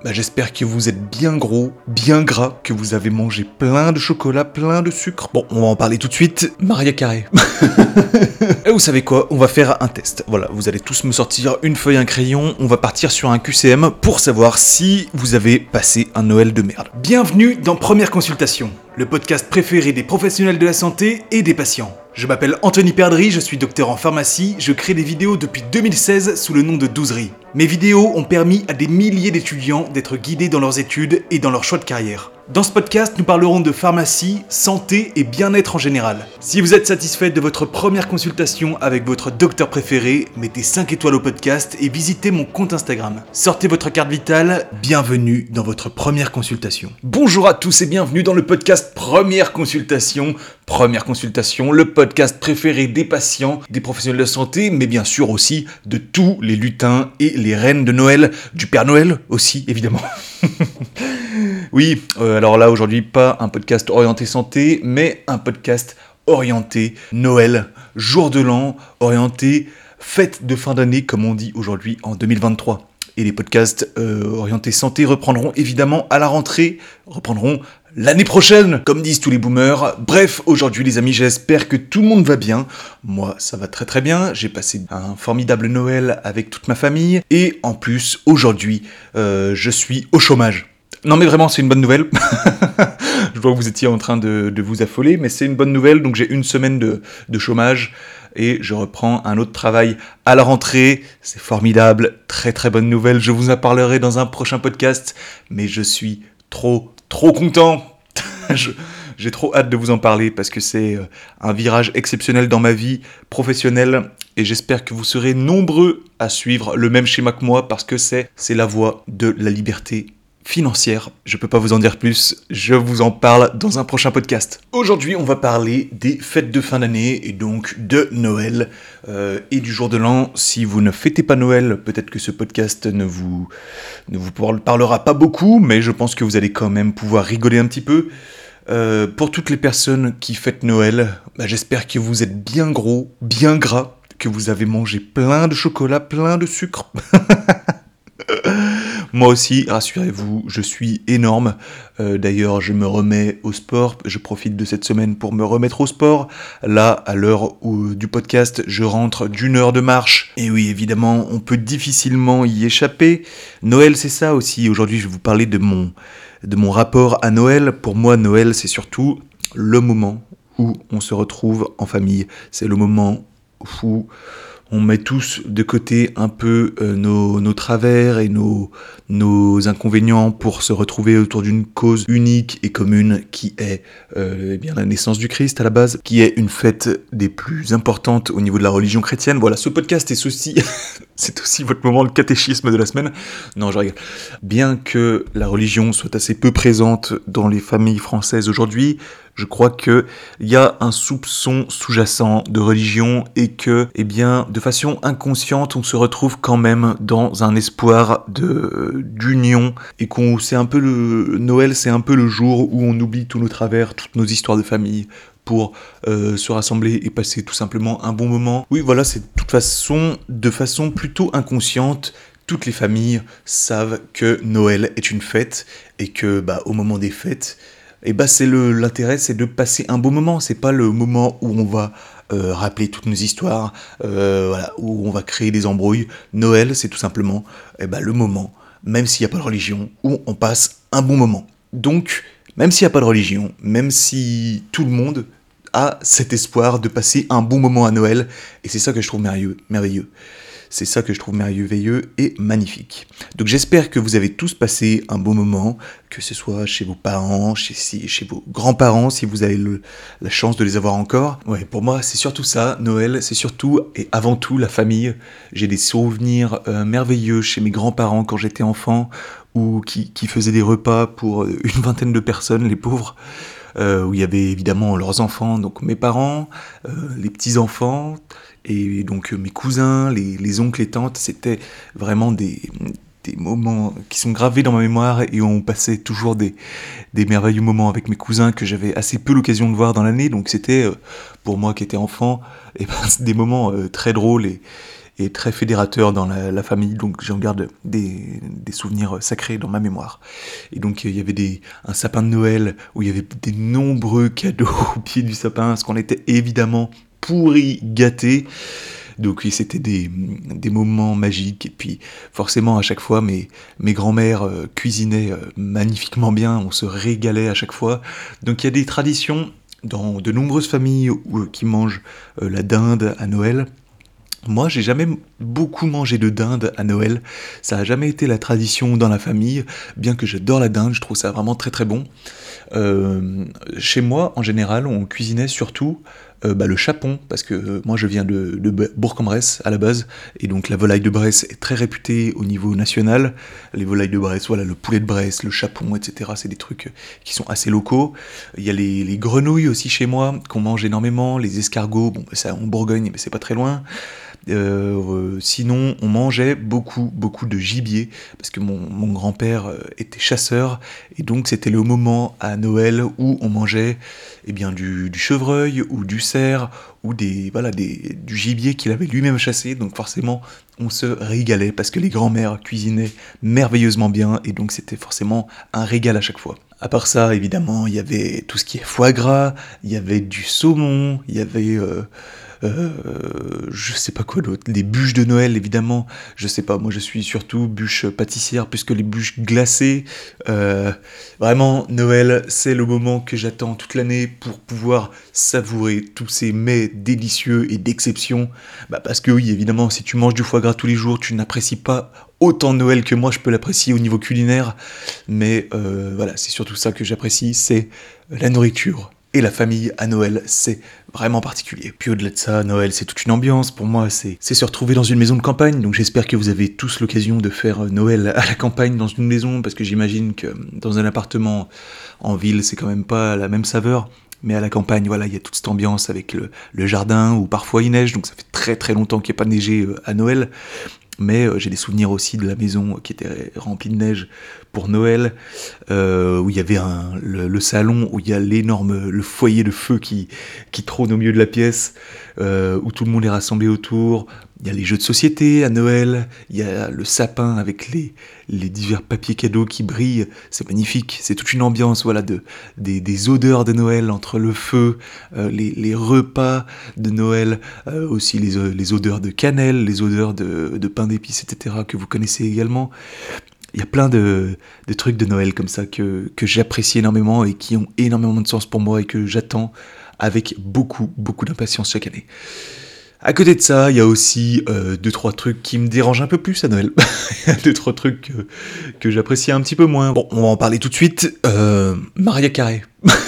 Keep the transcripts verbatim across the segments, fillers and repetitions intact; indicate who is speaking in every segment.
Speaker 1: Bah, j'espère que vous êtes bien gros, bien gras, que vous avez mangé plein de chocolat, plein de sucre. Bon, on va en parler tout de suite. Maria Carré. Et vous savez quoi? On va faire un test. Voilà, vous allez tous me sortir une feuille, un crayon. On va partir sur un Q C M pour savoir si vous avez passé un Noël de merde. Bienvenue dans Première Consultation, le podcast préféré des professionnels de la santé et des patients. Je m'appelle Anthony Perdry, je suis docteur en pharmacie, je crée des vidéos depuis deux mille seize sous le nom de Douzerie. Mes vidéos ont permis à des milliers d'étudiants d'être guidés dans leurs études et dans leur choix de carrière. Dans ce podcast, nous parlerons de pharmacie, santé et bien-être en général. Si vous êtes satisfait de votre première consultation avec votre docteur préféré, mettez cinq étoiles au podcast et visitez mon compte Instagram. Sortez votre carte vitale, bienvenue dans votre première consultation. Bonjour à tous et bienvenue dans le podcast Première Consultation. Première Consultation, le podcast préféré des patients, des professionnels de santé, mais bien sûr aussi de tous les lutins et les reines de Noël, du Père Noël aussi, évidemment. Oui, euh, alors là aujourd'hui pas un podcast orienté santé, mais un podcast orienté Noël, jour de l'an, orienté fête de fin d'année comme on dit aujourd'hui en deux mille vingt-trois. Et les podcasts euh, orientés santé reprendront évidemment à la rentrée, reprendront l'année prochaine, comme disent tous les boomers. Bref, aujourd'hui les amis, j'espère que tout le monde va bien. Moi, ça va très très bien. J'ai passé un formidable Noël avec toute ma famille. Et en plus, aujourd'hui, euh, je suis au chômage. Non mais vraiment, c'est une bonne nouvelle. Je vois que vous étiez en train de, de vous affoler, mais c'est une bonne nouvelle. Donc j'ai une semaine de, de chômage et je reprends un autre travail à la rentrée. C'est formidable, très très bonne nouvelle. Je vous en parlerai dans un prochain podcast, mais je suis trop trop content. je, j'ai trop hâte de vous en parler parce que c'est un virage exceptionnel dans ma vie professionnelle et j'espère que vous serez nombreux à suivre le même schéma que moi parce que c'est, c'est la voie de la liberté financière. Je peux pas vous en dire plus, je vous en parle dans un prochain podcast. Aujourd'hui, on va parler des fêtes de fin d'année et donc de Noël euh, et du jour de l'an. Si vous ne fêtez pas Noël, peut-être que ce podcast ne vous, ne vous parlera pas beaucoup, mais je pense que vous allez quand même pouvoir rigoler un petit peu. Euh, pour toutes les personnes qui fêtent Noël, bah, j'espère que vous êtes bien gros, bien gras, que vous avez mangé plein de chocolat, plein de sucre. Moi aussi, rassurez-vous, je suis énorme. Euh, d'ailleurs, je me remets au sport. Je profite de cette semaine pour me remettre au sport. Là, à l'heure où, du podcast, je rentre d'une heure de marche. Et oui, évidemment, on peut difficilement y échapper. Noël, c'est ça aussi. Aujourd'hui, je vais vous parler de mon, de mon rapport à Noël. Pour moi, Noël, c'est surtout le moment où on se retrouve en famille. C'est le moment où on met tous de côté un peu euh, nos, nos travers et nos, nos inconvénients pour se retrouver autour d'une cause unique et commune qui est euh, eh bien, la naissance du Christ à la base, qui est une fête des plus importantes au niveau de la religion chrétienne. Voilà, ce podcast est aussi, c'est aussi votre moment de catéchisme de la semaine. Non, je rigole. Bien que la religion soit assez peu présente dans les familles françaises aujourd'hui, je crois que il y a un soupçon sous-jacent de religion et que, eh bien, de façon inconsciente, on se retrouve quand même dans un espoir de d'union et qu'on c'est un peu le Noël, c'est un peu le jour où on oublie tous nos travers, toutes nos histoires de famille pour euh, se rassembler et passer tout simplement un bon moment. Oui, voilà, c'est de toute façon, de façon plutôt inconsciente. Toutes les familles savent que Noël est une fête et que, bah, au moment des fêtes, et bah c'est le l'intérêt, c'est de passer un beau moment. C'est pas le moment où on va euh, rappeler toutes nos histoires, euh, voilà, où on va créer des embrouilles. Noël, c'est tout simplement et bah, le moment, même s'il n'y a pas de religion, où on passe un bon moment. Donc, même s'il n'y a pas de religion, même si tout le monde a cet espoir de passer un bon moment à Noël, et c'est ça que je trouve merveilleux, merveilleux. C'est ça que je trouve merveilleux et magnifique. Donc j'espère que vous avez tous passé un bon moment, que ce soit chez vos parents, chez, chez vos grands-parents, si vous avez le, la chance de les avoir encore. Ouais, pour moi, c'est surtout ça, Noël, c'est surtout et avant tout la famille. J'ai des souvenirs euh, merveilleux chez mes grands-parents quand j'étais enfant, ou qui, qui faisaient des repas pour une vingtaine de personnes, les pauvres. Euh, où il y avait évidemment leurs enfants, donc mes parents, euh, les petits-enfants, et donc mes cousins, les, les oncles et tantes. C'était vraiment des, des moments qui sont gravés dans ma mémoire et on passait toujours des, des merveilleux moments avec mes cousins que j'avais assez peu l'occasion de voir dans l'année. Donc c'était, pour moi qui étais enfant, et ben, des moments euh, très drôles et, et très fédérateur dans la, la famille, donc j'en garde des, des souvenirs sacrés dans ma mémoire. Et donc il y avait des, un sapin de Noël où il y avait des nombreux cadeaux au pied du sapin, parce qu'on était évidemment pourri gâtés. Donc oui, c'était des, des moments magiques, et puis forcément à chaque fois mes, mes grands-mères euh, cuisinaient euh, magnifiquement bien, on se régalait à chaque fois. Donc il y a des traditions dans de nombreuses familles où, euh, qui mangent euh, la dinde à Noël. Moi, j'ai jamais beaucoup mangé de dinde à Noël, ça a jamais été la tradition dans la famille, bien que j'adore la dinde, je trouve ça vraiment très très bon. Euh, chez moi, en général, on cuisinait surtout euh, bah, le chapon, parce que euh, moi je viens de, de Bourg-en-Bresse à la base, et donc la volaille de Bresse est très réputée au niveau national. Les volailles de Bresse, voilà, le poulet de Bresse, le chapon, et cetera, c'est des trucs qui sont assez locaux. Il y a les, les grenouilles aussi chez moi, qu'on mange énormément, les escargots, bon, c'est en Bourgogne, mais c'est pas très loin. Euh, sinon, on mangeait beaucoup, beaucoup de gibier, parce que mon, mon grand-père euh, était chasseur, et donc c'était le moment à Noël où on mangeait eh bien, du, du chevreuil, ou du cerf, ou des, voilà, des, du gibier qu'il avait lui-même chassé, donc forcément, on se régalait, parce que les grands-mères cuisinaient merveilleusement bien, et donc c'était forcément un régal à chaque fois. À part ça, évidemment, il y avait tout ce qui est foie gras, il y avait du saumon, il y avait... Euh, Euh, je sais pas quoi d'autre, les bûches de Noël évidemment, je sais pas, moi je suis surtout bûche pâtissière plus que les bûches glacées. Euh, vraiment, Noël, c'est le moment que j'attends toute l'année pour pouvoir savourer tous ces mets délicieux et d'exception. Bah parce que oui, évidemment, si tu manges du foie gras tous les jours, tu n'apprécies pas autant Noël que moi je peux l'apprécier au niveau culinaire, mais euh, voilà, c'est surtout ça que j'apprécie, c'est la nourriture. Et la famille à Noël, c'est vraiment particulier. Puis au-delà de ça, Noël, c'est toute une ambiance. Pour moi, c'est, c'est se retrouver dans une maison de campagne. Donc j'espère que vous avez tous l'occasion de faire Noël à la campagne dans une maison, parce que j'imagine que dans un appartement en ville, c'est quand même pas la même saveur. Mais à la campagne, voilà, il y a toute cette ambiance avec le, le jardin, où parfois il neige, donc ça fait très très longtemps qu'il n'y a pas neigé à Noël. Mais euh, j'ai des souvenirs aussi de la maison qui était remplie de neige pour Noël, euh, où il y avait un, le, le salon, où il y a l'énorme, le foyer de feu qui, qui trône au milieu de la pièce, euh, où tout le monde est rassemblé autour. Il y a les jeux de société à Noël, il y a le sapin avec les, les divers papiers cadeaux qui brillent, c'est magnifique, c'est toute une ambiance, voilà, de, des, des odeurs de Noël entre le feu, euh, les, les repas de Noël, euh, aussi les, les odeurs de cannelle, les odeurs de, de pain d'épices, et cetera, que vous connaissez également. Il y a plein de, de trucs de Noël comme ça que, que j'apprécie énormément et qui ont énormément de sens pour moi et que j'attends avec beaucoup, beaucoup d'impatience chaque année. À côté de ça, il y a aussi euh, deux trois trucs qui me dérangent un peu plus à Noël. Il y a deux trois trucs que, que j'apprécie un petit peu moins. Bon, on va en parler tout de suite. Euh, Mariah Carey.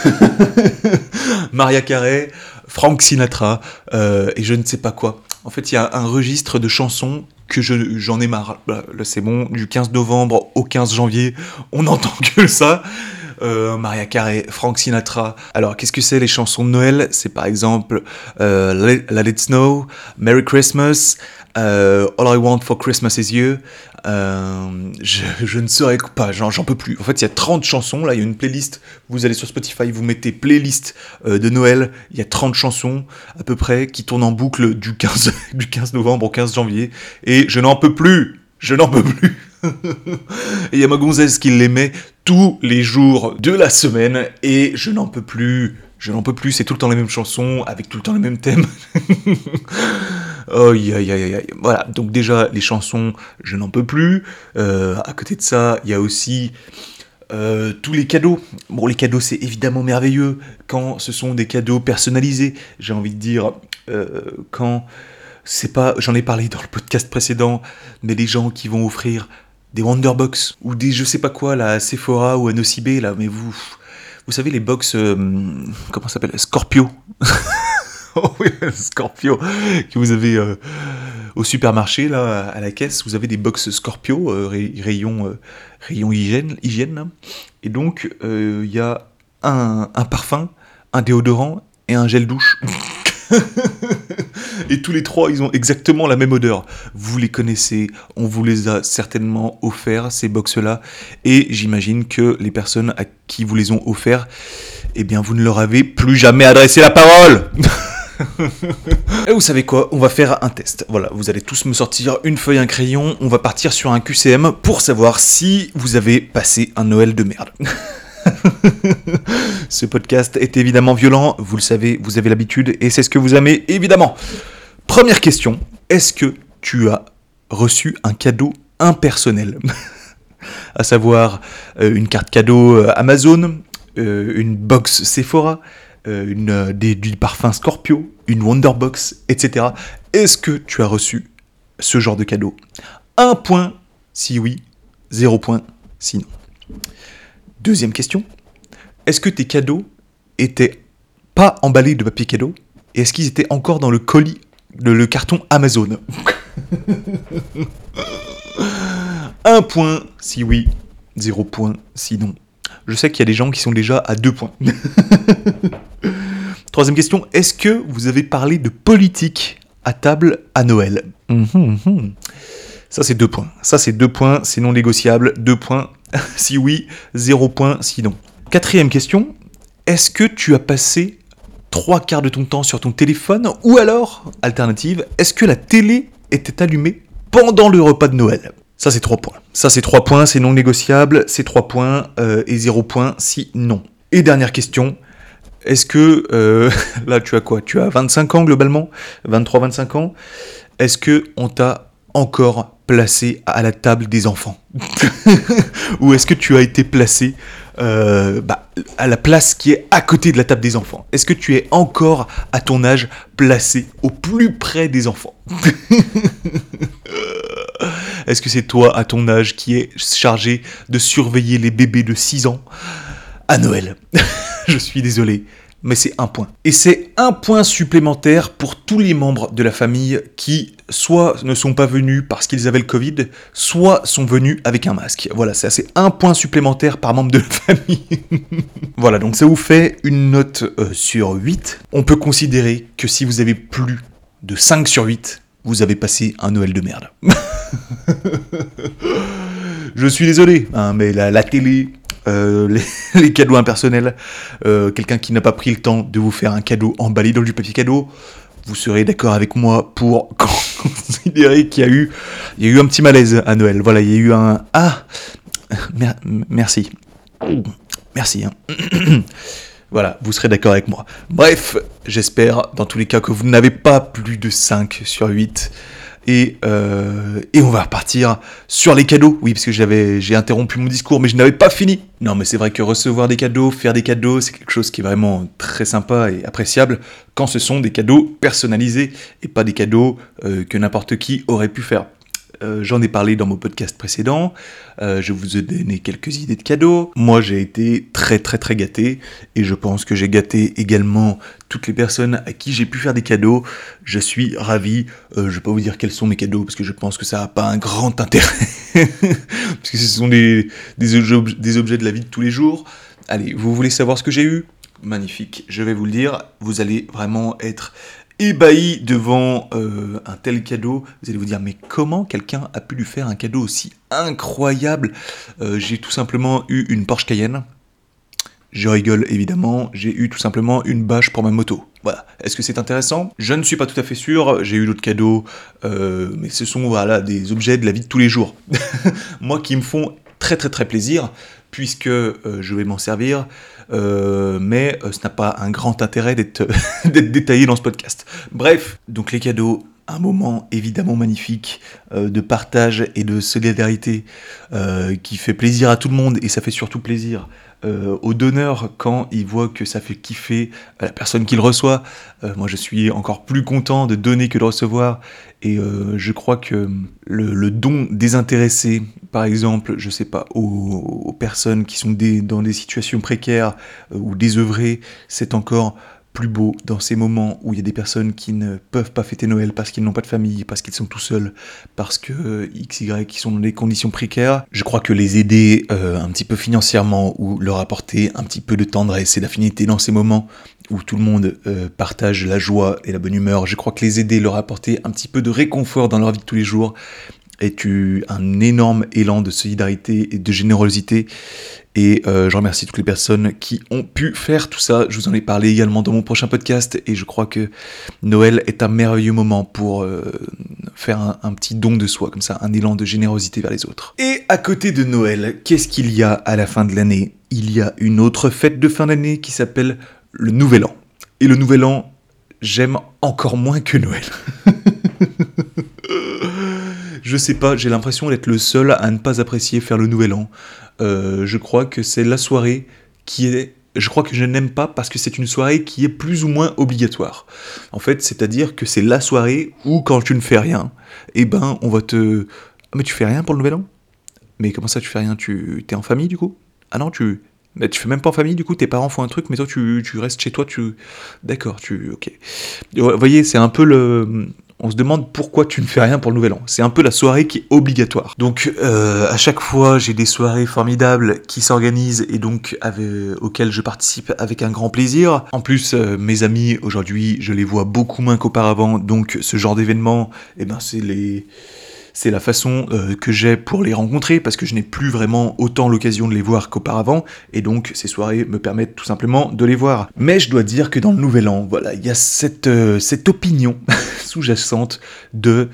Speaker 1: Mariah Carey, Frank Sinatra, euh, et je ne sais pas quoi. En fait, il y a un registre de chansons que je, j'en ai marre. Là, là, c'est bon, du quinze novembre au quinze janvier, on n'entend que ça. Euh, Mariah Carey, Frank Sinatra. Alors, qu'est-ce que c'est les chansons de Noël ? C'est par exemple euh, Let, Let It Snow, Merry Christmas, euh, All I Want for Christmas Is You. Euh, je, je ne saurais pas, j'en, j'en peux plus. En fait, il y a trente chansons, là, il y a une playlist. Vous allez sur Spotify, vous mettez playlist euh, de Noël. Il y a trente chansons, à peu près, qui tournent en boucle du quinze, du quinze novembre au quinze janvier. Et je n'en peux plus. Je n'en peux plus. Et il y a ma gonzesse qui les met tous les jours de la semaine. Et je n'en peux plus. Je n'en peux plus. C'est tout le temps les mêmes chansons, avec tout le temps les mêmes thèmes. Oh, aïe, aïe, aïe, aïe. Voilà, donc déjà, les chansons, je n'en peux plus. Euh, à côté de ça, il y a aussi euh, tous les cadeaux. Bon, les cadeaux, c'est évidemment merveilleux quand ce sont des cadeaux personnalisés. J'ai envie de dire, euh, quand... C'est pas, j'en ai parlé dans le podcast précédent, mais des gens qui vont offrir des Wonderbox ou des je sais pas quoi là, à Sephora ou à Nocibé là, mais vous, vous savez les box, euh, comment ça s'appelle, Scorpio. Oh oui, Scorpio que vous avez euh, au supermarché là, à la caisse, vous avez des box Scorpio, euh, ray, rayon, euh, rayon hygiène, hygiène là. Et donc il euh, y a un, un parfum, un déodorant et un gel douche. Et tous les trois, ils ont exactement la même odeur. Vous les connaissez, on vous les a certainement offerts, ces box-là. Et j'imagine que les personnes à qui vous les ont offerts, eh bien, vous ne leur avez plus jamais adressé la parole. Et vous savez quoi? On va faire un test. Voilà, vous allez tous me sortir une feuille, un crayon. On va partir sur un Q C M pour savoir si vous avez passé un Noël de merde. Ce podcast est évidemment violent, vous le savez, vous avez l'habitude, et c'est ce que vous aimez, évidemment. Première question, est-ce que tu as reçu un cadeau impersonnel? À savoir euh, une carte cadeau euh, Amazon, euh, une box Sephora, euh, une, euh, des, du parfum Scorpio, une Wonderbox, et cetera. Est-ce que tu as reçu ce genre de cadeau? Un point si oui, zéro point si non. Deuxième question, est-ce que tes cadeaux étaient pas emballés de papier cadeau et est-ce qu'ils étaient encore dans le colis, le, le carton Amazon? Un point si oui, zéro point si non. Je sais qu'il y a des gens qui sont déjà à deux points. Troisième question, est-ce que vous avez parlé de politique à table à Noël? mmh, mmh. Ça c'est deux points. Ça c'est deux points, c'est non négociable. Deux points si oui, zéro point si non. Quatrième question, est-ce que tu as passé trois quarts de ton temps sur ton téléphone ou alors, alternative, est-ce que la télé était allumée pendant le repas de Noël? Ça c'est trois points. Ça c'est trois points, c'est non négociable, c'est trois points euh, et zéro point si non. Et dernière question, est-ce que, euh, là tu as quoi? Tu as vingt-cinq ans globalement, vingt-trois vingt-cinq ans, est-ce que on t'a encore placé à la table des enfants? Ou est-ce que tu as été placé euh, bah, à la place qui est à côté de la table des enfants? Est-ce que tu es encore, à ton âge, placé au plus près des enfants? Est-ce que c'est toi, à ton âge, qui est chargé de surveiller les bébés de six ans à Noël? Je suis désolé, mais c'est un point. Et c'est un point supplémentaire pour tous les membres de la famille qui soit ne sont pas venus parce qu'ils avaient le Covid, soit sont venus avec un masque. Voilà, c'est assez un point supplémentaire par membre de la famille. Voilà, donc ça vous fait une note euh, sur huit. On peut considérer que si vous avez plus de cinq sur huit, vous avez passé un Noël de merde. Je suis désolé, hein, mais la, la télé... Euh, les, les cadeaux impersonnels, euh, quelqu'un qui n'a pas pris le temps de vous faire un cadeau emballé dans du papier cadeau, vous serez d'accord avec moi pour considérer qu'il y a eu, il y a eu un petit malaise à Noël. Voilà, il y a eu un ah, mer- merci, merci. Hein. Voilà, vous serez d'accord avec moi. Bref, j'espère dans tous les cas que vous n'avez pas plus de cinq sur huit. Et, euh, et on va repartir sur les cadeaux. Oui, parce que j'avais, j'ai interrompu mon discours, mais je n'avais pas fini. Non, mais c'est vrai que recevoir des cadeaux, faire des cadeaux, c'est quelque chose qui est vraiment très sympa et appréciable quand ce sont des cadeaux personnalisés et pas des cadeaux euh, que n'importe qui aurait pu faire. Euh, j'en ai parlé dans mon podcast précédent, euh, je vous ai donné quelques idées de cadeaux. Moi j'ai été très très très gâté, et je pense que j'ai gâté également toutes les personnes à qui j'ai pu faire des cadeaux. Je suis ravi, euh, je vais pas vous dire quels sont mes cadeaux, parce que je pense que ça n'a pas un grand intérêt, parce que ce sont des, des, objets, des objets de la vie de tous les jours. Allez, vous voulez savoir ce que j'ai eu? Magnifique, je vais vous le dire, vous allez vraiment être ébahi devant euh, un tel cadeau. Vous allez vous dire, mais comment quelqu'un a pu lui faire un cadeau aussi incroyable? euh, J'ai tout simplement eu une Porsche Cayenne. Je rigole évidemment, j'ai eu tout simplement une bâche pour ma moto. Voilà. Est-ce que c'est intéressant? Je ne suis pas tout à fait sûr, j'ai eu d'autres cadeaux, euh, mais ce sont voilà, des objets de la vie de tous les jours. Moi qui me font très très très plaisir, puisque euh, je vais m'en servir, euh, mais euh, ce n'a pas un grand intérêt d'être, d'être détaillé dans ce podcast. Bref, donc les cadeaux, un moment évidemment magnifique euh, de partage et de solidarité euh, qui fait plaisir à tout le monde, et ça fait surtout plaisir euh, au donneur quand il voit que ça fait kiffer à la personne qui le reçoit. Euh, moi je suis encore plus content de donner que de recevoir, et euh, je crois que le, le don désintéressé, par exemple, je sais pas, aux, aux personnes qui sont des, dans des situations précaires euh, ou désœuvrées, c'est encore plus beau dans ces moments où il y a des personnes qui ne peuvent pas fêter Noël parce qu'ils n'ont pas de famille, parce qu'ils sont tout seuls, parce que euh, X, Y, qui sont dans des conditions précaires. Je crois que les aider euh, un petit peu financièrement ou leur apporter un petit peu de tendresse et d'affinité dans ces moments où tout le monde euh, partage la joie et la bonne humeur, je crois que les aider, leur apporter un petit peu de réconfort dans leur vie de tous les jours, est eu un énorme élan de solidarité et de générosité. Et euh, je remercie toutes les personnes qui ont pu faire tout ça. Je vous en ai parlé également dans mon prochain podcast. Et je crois que Noël est un merveilleux moment pour euh, faire un, un petit don de soi, comme ça, un élan de générosité vers les autres. Et à côté de Noël, qu'est-ce qu'il y a à la fin de l'année ? Il y a une autre fête de fin d'année qui s'appelle le Nouvel An. Et le Nouvel An, j'aime encore moins que Noël. Je sais pas, j'ai l'impression d'être le seul à ne pas apprécier faire le Nouvel An. Euh, je crois que c'est la soirée qui est... Je crois que je n'aime pas parce que c'est une soirée qui est plus ou moins obligatoire. En fait, c'est-à-dire que c'est la soirée où quand tu ne fais rien, eh ben, on va te... Ah, mais tu fais rien pour le Nouvel An ? Mais comment ça, tu fais rien ? Tu t'es en famille, du coup ? Ah non, tu... Mais tu fais même pas en famille, du coup, tes parents font un truc, mais toi, tu, tu restes chez toi, tu... D'accord, tu... Ok. Vous voyez, c'est un peu le... On se demande pourquoi tu ne fais rien pour le Nouvel An. C'est un peu la soirée qui est obligatoire. Donc, euh, à chaque fois, j'ai des soirées formidables qui s'organisent et donc avec, auxquelles je participe avec un grand plaisir. En plus, euh, mes amis, aujourd'hui, je les vois beaucoup moins qu'auparavant. Donc, ce genre d'événement, eh ben, c'est les... C'est la façon euh, que j'ai pour les rencontrer, parce que je n'ai plus vraiment autant l'occasion de les voir qu'auparavant, et donc ces soirées me permettent tout simplement de les voir. Mais je dois dire que dans le Nouvel An, voilà, il y a cette, euh, cette opinion sous-jacente de,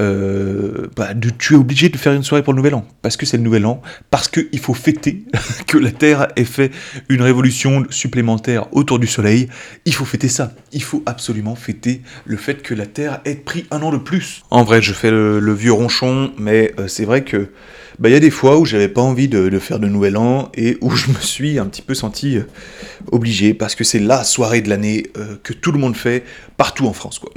Speaker 1: euh, bah, de tu es obligé de faire une soirée pour le Nouvel An, parce que c'est le Nouvel An, parce qu'il faut fêter que la Terre ait fait une révolution supplémentaire autour du Soleil. Il faut fêter ça, il faut absolument fêter le fait que la Terre ait pris un an de plus. En vrai, je fais le, le vieux ronchon, mais euh, c'est vrai que bah, y a des fois où j'avais pas envie de, de faire de Nouvel An et où je me suis un petit peu senti euh, obligé, parce que c'est la soirée de l'année euh, que tout le monde fait partout en France, quoi.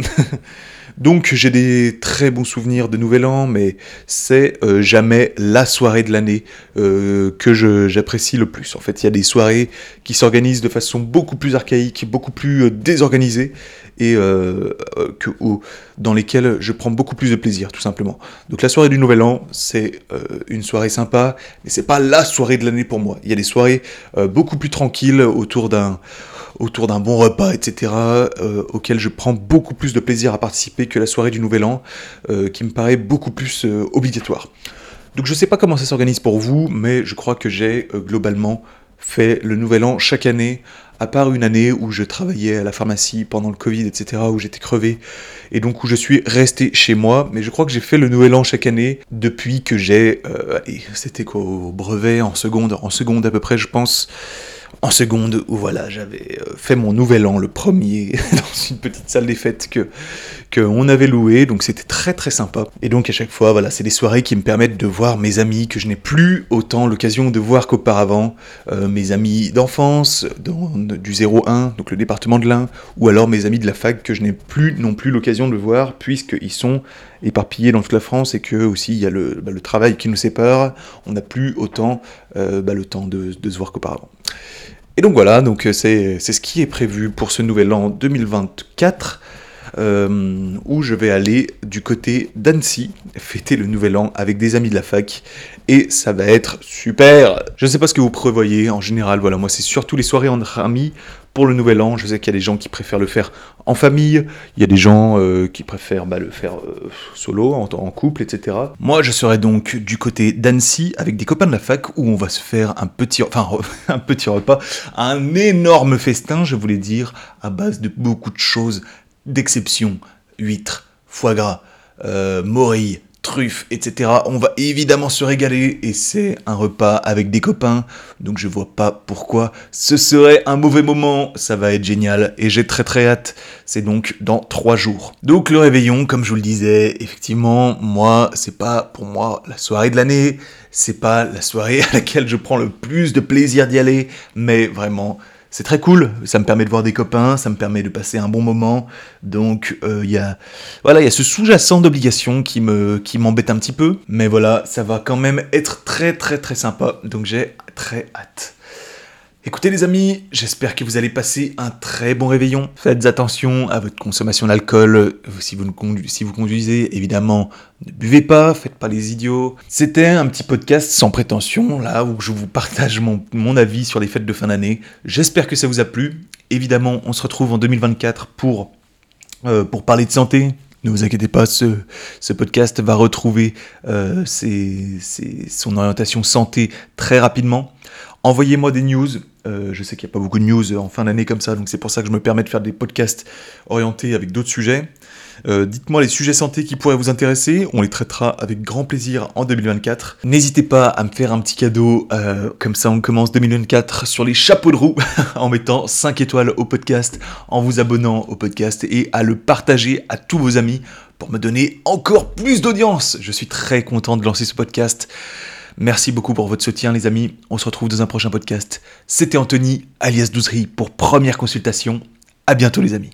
Speaker 1: Donc j'ai des très bons souvenirs de Nouvel An, mais c'est euh, jamais la soirée de l'année euh, que je, j'apprécie le plus. En fait, il y a des soirées qui s'organisent de façon beaucoup plus archaïque, beaucoup plus euh, désorganisée, et euh, que, ou, dans lesquelles je prends beaucoup plus de plaisir, tout simplement. Donc la soirée du Nouvel An, c'est euh, une soirée sympa, mais c'est pas la soirée de l'année pour moi. Il y a des soirées euh, beaucoup plus tranquilles autour d'un... autour d'un bon repas, et cetera, euh, auquel je prends beaucoup plus de plaisir à participer que la soirée du Nouvel An, euh, qui me paraît beaucoup plus euh, obligatoire. Donc je sais pas comment ça s'organise pour vous, mais je crois que j'ai euh, globalement fait le Nouvel An chaque année, à part une année où je travaillais à la pharmacie pendant le Covid, et cetera, où j'étais crevé, et donc où je suis resté chez moi, mais je crois que j'ai fait le Nouvel An chaque année depuis que j'ai... Euh, allez, c'était quoi, au brevet, en seconde, en seconde à peu près, je pense... En seconde, où voilà, j'avais fait mon Nouvel An, le premier, dans une petite salle des fêtes que qu'on avait louée, donc c'était très très sympa. Et donc à chaque fois, voilà, c'est des soirées qui me permettent de voir mes amis que je n'ai plus autant l'occasion de voir qu'auparavant, euh, mes amis d'enfance, dans, du zéro un, donc le département de l'Ain, ou alors mes amis de la fac que je n'ai plus non plus l'occasion de voir, puisqu'ils sont éparpillés dans toute la France, et que aussi il y a le, bah, le travail qui nous sépare, on n'a plus autant euh, bah, le temps de, de se voir qu'auparavant. Et donc voilà, donc c'est, c'est ce qui est prévu pour ce Nouvel An deux mille vingt-quatre, euh, où je vais aller du côté d'Annecy, fêter le Nouvel An avec des amis de la fac, et ça va être super. Je ne sais pas ce que vous prévoyez, en général, voilà, moi c'est surtout les soirées entre amis pour le Nouvel An. Je sais qu'il y a des gens qui préfèrent le faire en famille, il y a des gens euh, qui préfèrent bah, le faire euh, solo, en, en couple, et cetera. Moi, je serai donc du côté d'Annecy avec des copains de la fac où on va se faire un petit, enfin un petit repas, un énorme festin, je voulais dire, à base de beaucoup de choses d'exception, huîtres, foie gras, euh, morilles, truffes, et cetera. On va évidemment se régaler, et c'est un repas avec des copains, donc je vois pas pourquoi ce serait un mauvais moment. Ça va être génial, et j'ai très très hâte. C'est donc dans trois jours. Donc le réveillon, comme je vous le disais, effectivement, moi, c'est pas pour moi la soirée de l'année, c'est pas la soirée à laquelle je prends le plus de plaisir d'y aller, mais vraiment... c'est très cool, ça me permet de voir des copains, ça me permet de passer un bon moment, donc il euh, y a voilà, il y a ce sous-jacent d'obligation qui me qui m'embête un petit peu, mais voilà, ça va quand même être très très très sympa, donc j'ai très hâte. Écoutez les amis, j'espère que vous allez passer un très bon réveillon. Faites attention à votre consommation d'alcool. Si vous, condu- si vous conduisez, évidemment, ne buvez pas, faites pas les idiots. C'était un petit podcast sans prétention, là, où je vous partage mon, mon avis sur les fêtes de fin d'année. J'espère que ça vous a plu. Évidemment, on se retrouve en deux mille vingt-quatre pour, euh, pour parler de santé. Ne vous inquiétez pas, ce, ce podcast va retrouver euh, ses- ses- son orientation santé très rapidement. Envoyez-moi des news. Euh, je sais qu'il n'y a pas beaucoup de news en fin d'année comme ça, donc c'est pour ça que je me permets de faire des podcasts orientés avec d'autres sujets. Euh, dites-moi les sujets santé qui pourraient vous intéresser, on les traitera avec grand plaisir en deux mille vingt-quatre. N'hésitez pas à me faire un petit cadeau, euh, comme ça on commence deux mille vingt-quatre sur les chapeaux de roue, en mettant cinq étoiles au podcast, en vous abonnant au podcast et à le partager à tous vos amis pour me donner encore plus d'audience. Je suis très content de lancer ce podcast. Merci beaucoup pour votre soutien les amis, on se retrouve dans un prochain podcast. C'était Anthony, alias Douzerie, pour Première Consultation. À bientôt les amis.